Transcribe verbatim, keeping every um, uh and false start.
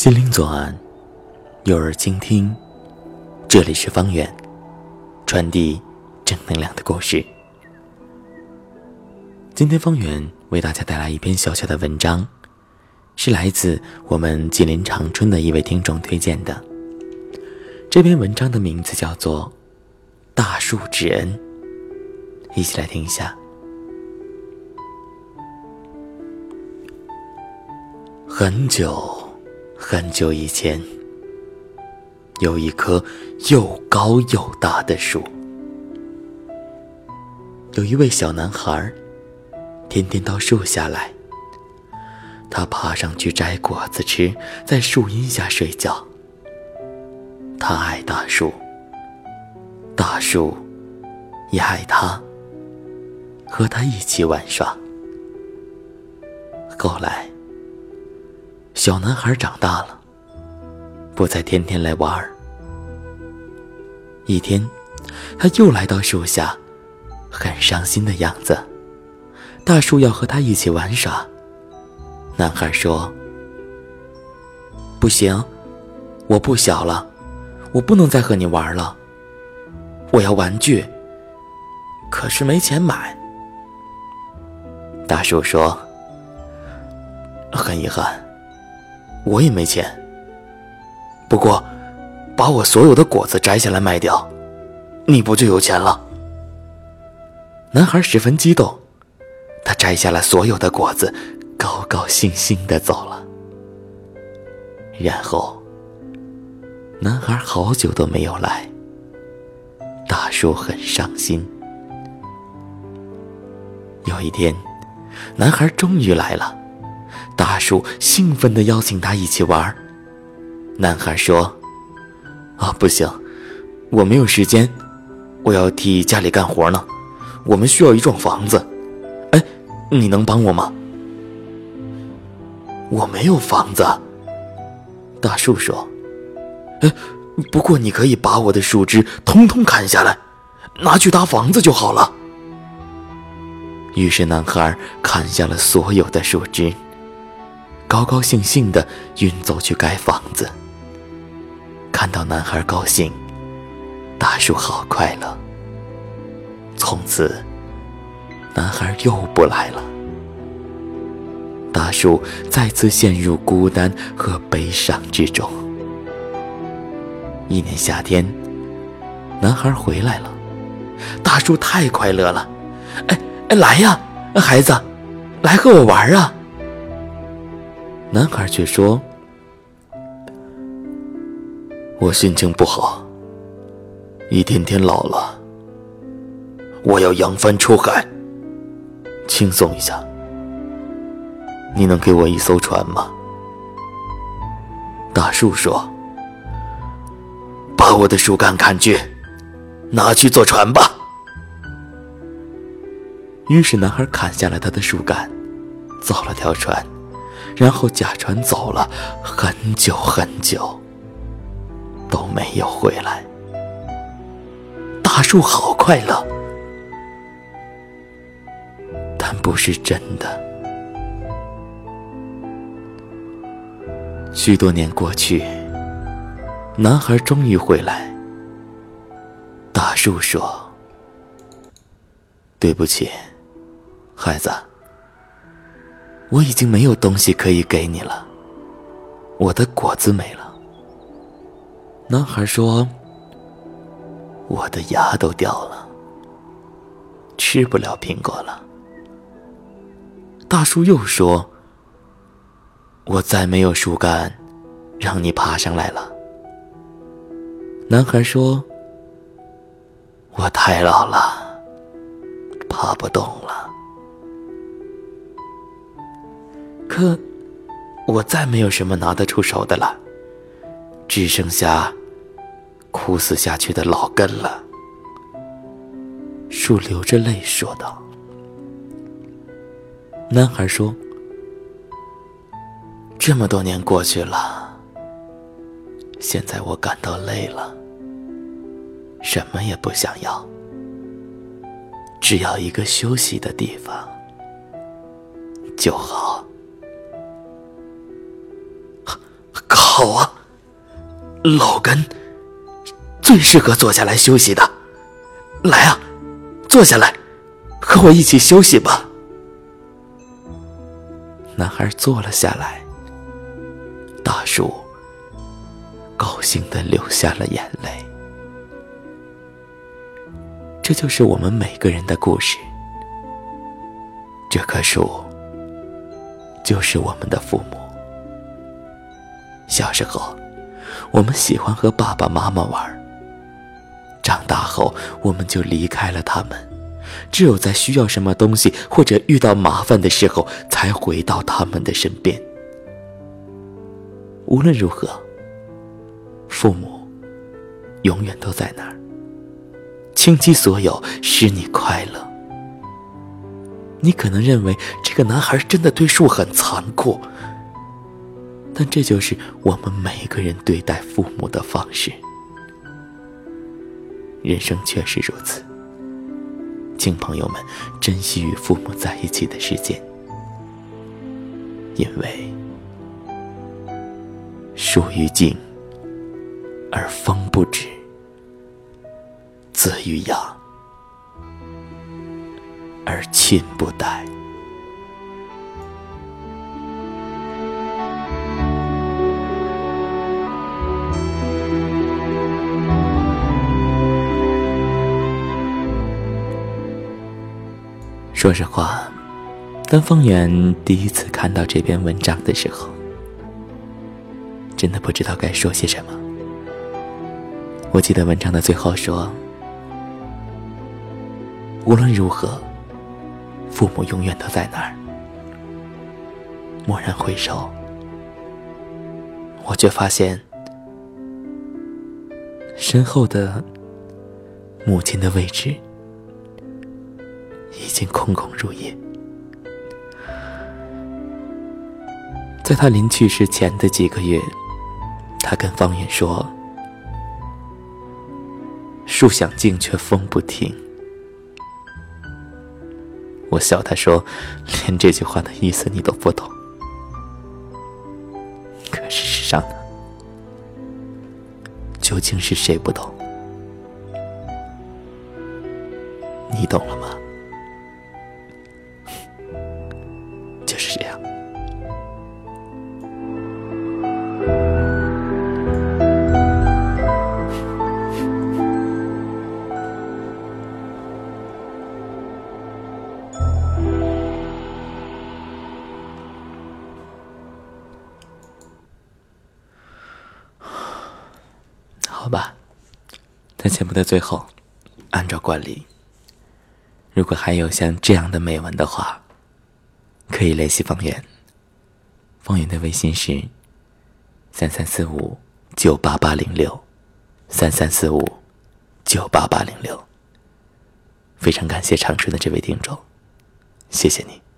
心灵左岸，有人倾听，这里是方圆，传递正能量的故事。今天方圆为大家带来一篇小小的文章，是来自我们吉林长春的一位听众推荐的。这篇文章的名字叫做《大树之恩》，一起来听一下。很久很久以前，有一棵又高又大的树。有一位小男孩，天天到树下来，他爬上去摘果子吃，在树荫下睡觉。他爱大树，大树也爱他，和他一起玩耍。后来小男孩长大了，不再天天来玩儿。一天，他又来到树下，很伤心的样子。大树要和他一起玩耍。男孩说：“不行，我不小了，我不能再和你玩了。我要玩具，可是没钱买。”大树说：“很遗憾，我也没钱。不过，把我所有的果子摘下来卖掉，你不就有钱了？”男孩十分激动，他摘下了所有的果子，高高兴兴地走了。然后，男孩好久都没有来，大树很伤心。有一天，男孩终于来了，大树兴奋地邀请他一起玩。男孩说：“啊，不行，我没有时间，我要替家里干活呢，我们需要一幢房子。哎，你能帮我吗？”“我没有房子。”大树说。“哎，不过你可以把我的树枝通通砍下来，拿去搭房子就好了。”于是男孩砍下了所有的树枝，高高兴兴地运走去盖房子。看到男孩高兴，大树好快乐。从此，男孩又不来了。大树再次陷入孤单和悲伤之中。一年夏天，男孩回来了，大树太快乐了。哎哎，来呀，孩子，来和我玩啊！男孩却说：“我心情不好，一天天老了，我要扬帆出海，轻松一下。你能给我一艘船吗？”大树说：“把我的树干砍去，拿去做船吧。”于是男孩砍下了他的树干，造了条船，然后驾船走了很久很久，都没有回来。大树好快乐，但不是真的。许多年过去，男孩终于回来。大树说：“对不起，孩子，我已经没有东西可以给你了，我的果子没了。”男孩说：“我的牙都掉了，吃不了苹果了。”大树又说：“我再没有树干让你爬上来了。”男孩说：“我太老了，爬不动了。可我再没有什么拿得出手的了，只剩下枯死下去的老根了。”树流着泪说道。男孩说：“这么多年过去了，现在我感到累了，什么也不想要，只要一个休息的地方就好。” 老根最适合坐下来休息的。来啊，坐下来，和我一起休息吧。男孩坐了下来，大树高兴地流下了眼泪。这就是我们每个人的故事。这棵树就是我们的父母。小时候，我们喜欢和爸爸妈妈玩，长大后我们就离开了他们，只有在需要什么东西或者遇到麻烦的时候才回到他们的身边。无论如何，父母永远都在那儿，倾其所有使你快乐。你可能认为这个男孩真的对树很残酷，但这就是我们每个人对待父母的方式。人生确实如此，请朋友们珍惜与父母在一起的时间，因为树欲静而风不止，子欲养而亲不待。说实话，当方圆第一次看到这篇文章的时候，真的不知道该说些什么。我记得文章的最后说，无论如何，父母永远都在那儿。蓦然回首，我却发现身后的母亲的位置已经空空如也。在他临去世前的几个月，他跟方圆说，树想静却风不停。我笑他说，连这句话的意思你都不懂。可事实上呢，究竟是谁不懂？你懂了吗？就是这样。好吧，在节目的最后，按照惯例，如果还有像这样的美文的话，可以联系方圆。方圆的微信是三三四五九八八零六，三三四五九八八零六。非常感谢长春的这位听众，谢谢你。